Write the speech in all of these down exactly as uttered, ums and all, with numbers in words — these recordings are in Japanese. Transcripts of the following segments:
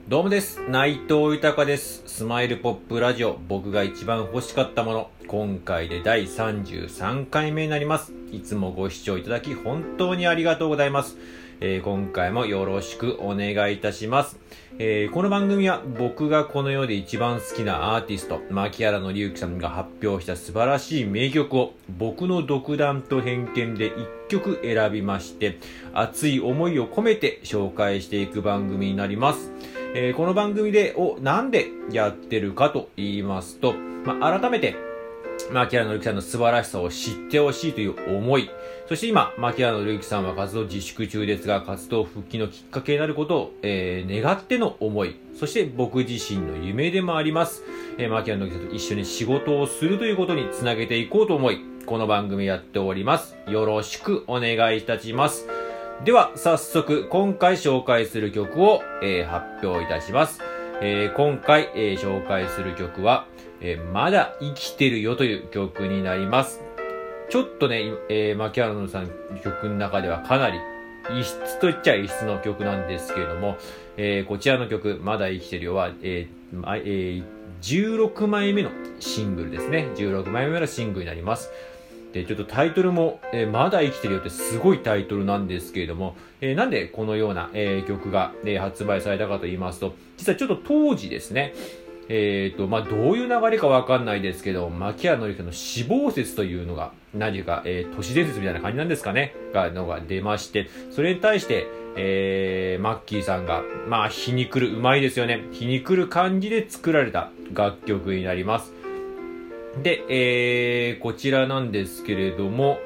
どうもです。内藤豊です。スマイルポップラジオ、僕が一番欲しかったもの。今回でだいさんじゅうさんかいめになります。いつもご視聴いただき本当にありがとうございます。えー、今回もよろしくお願いいたします。えー、この番組は僕がこの世で一番好きなアーティスト、牧原紀之さんが発表した素晴らしい名曲を僕の独断と偏見でいっきょく選びまして、熱い思いを込めて紹介していく番組になります。えー、この番組でをなんでやってるかと言いますと、まあ、改めて牧原紀之さんの素晴らしさを知ってほしいという思い、そして今牧原紀之さんは活動自粛中ですが、活動復帰のきっかけになることを、えー、願っての思い、そして僕自身の夢でもあります、えー、牧原紀之さんと一緒に仕事をするということにつなげていこうと思い、この番組やっております。よろしくお願いいたします。では早速今回紹介する曲を、えー、発表いたします。えー、今回、えー、紹介する曲は、えー、まだ生きてるよという曲になります。ちょっとね、えー、牧原紀之さんの曲の中ではかなり異質と言っちゃ異質の曲なんですけれども、えー、こちらの曲まだ生きてるよは、えーえー、じゅうろくまいめのシングルですね。じゅうろくまいめのシングルになります。で、ちょっとタイトルも、えー、まだ生きてるよってすごいタイトルなんですけれども、えー、なんでこのような、えー、曲が、えー、発売されたかと言いますと、実はちょっと当時ですね、えーと、まあ、どういう流れかわかんないですけど、牧原紀之さんの死亡説というのが、何か、えー、都市伝説みたいな感じなんですかね、が、のが出まして、それに対して、えー、マッキーさんが、まあ、皮に来る、うまいですよね。皮に来る感じで作られた楽曲になります。で、えー、こちらなんですけれども、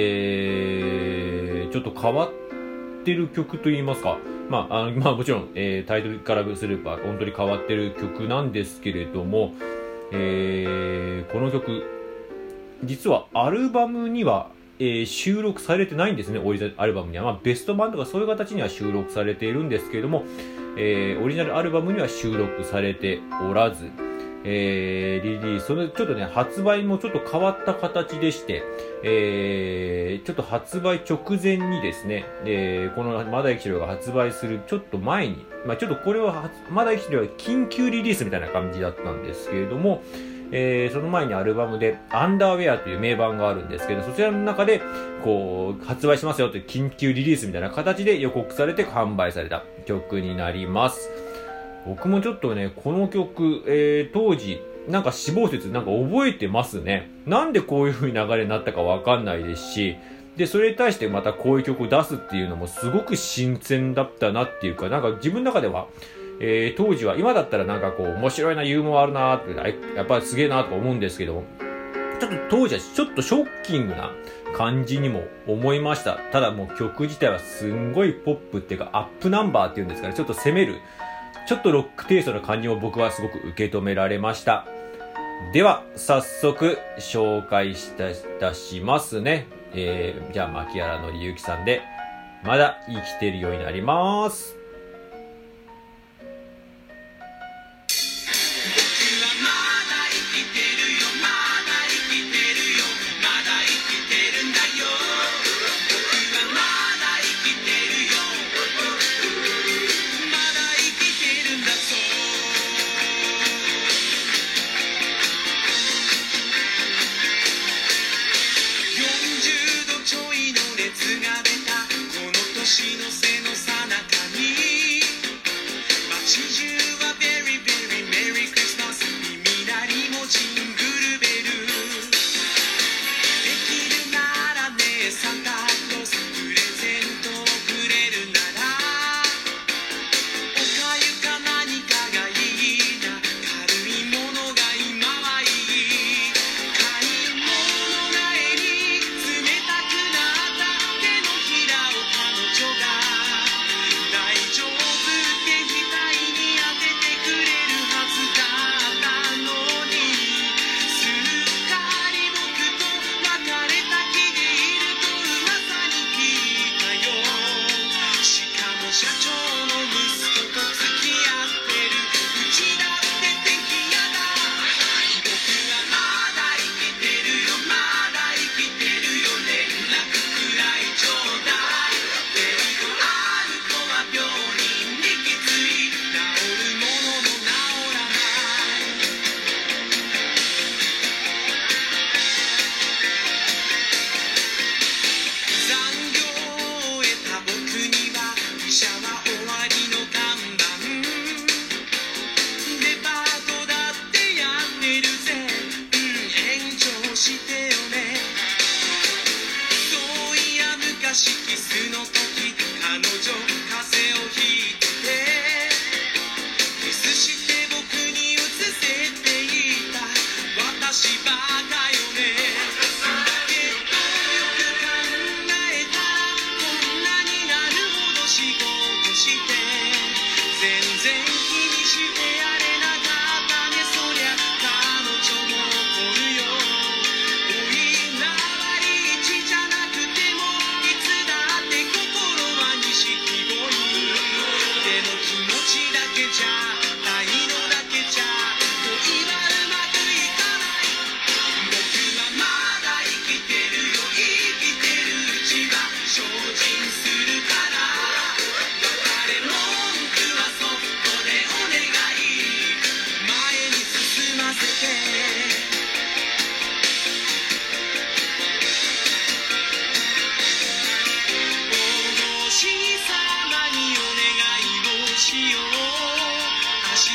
えー、ちょっと変わってる曲と言いますか。まあ、あの、まあもちろん、えー、タイトルからすれば本当に変わってる曲なんですけれども、えー、この曲、実はアルバムには、えー、収録されてないんですね、オリジナルアルバムには。まあ、ベスト版とかそういう形には収録されているんですけれども、えー、オリジナルアルバムには収録されておらず、えー、リリース、そのちょっとね、発売もちょっと変わった形でして、えー、ちょっと発売直前にですね、えー、このまだ生きてるよが発売するちょっと前に、まあちょっとこれは、まだ生きてるよが緊急リリースみたいな感じだったんですけれども、えー、その前にアルバムで、アンダーウェアという名盤があるんですけど、そちらの中で、こう、発売しますよという緊急リリースみたいな形で予告されて販売された曲になります。僕もちょっとね、この曲、えー、当時、なんか死亡説なんか覚えてますね。なんでこういう風に流れになったかわかんないですし、で、それに対してまたこういう曲を出すっていうのもすごく新鮮だったなっていうか、なんか自分の中では、えー、当時は、今だったらなんかこう、面白いな、ユーモアあるなって、やっぱりすげえなとか思うんですけども、ちょっと当時はちょっとショッキングな感じにも思いました。ただもう曲自体はすんごいポップっていうか、アップナンバーっていうんですかね、ちょっと攻める、ちょっとロックテイストな感じも僕はすごく受け止められました。では、早速紹介したいたしますね。えー、じゃあ、牧原紀之さんで、まだ生きてるようになります。 年の瀬の最中に街中はベリーベリーメリークリスマス、耳鳴りもジングルベル、できるならねサンタクロースプレゼントをくれるなら、おかゆか何かがいいな、軽いものが今はいい、買い物前に冷たくなった手のひらを彼女が大丈夫って額に当て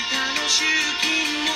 たの集金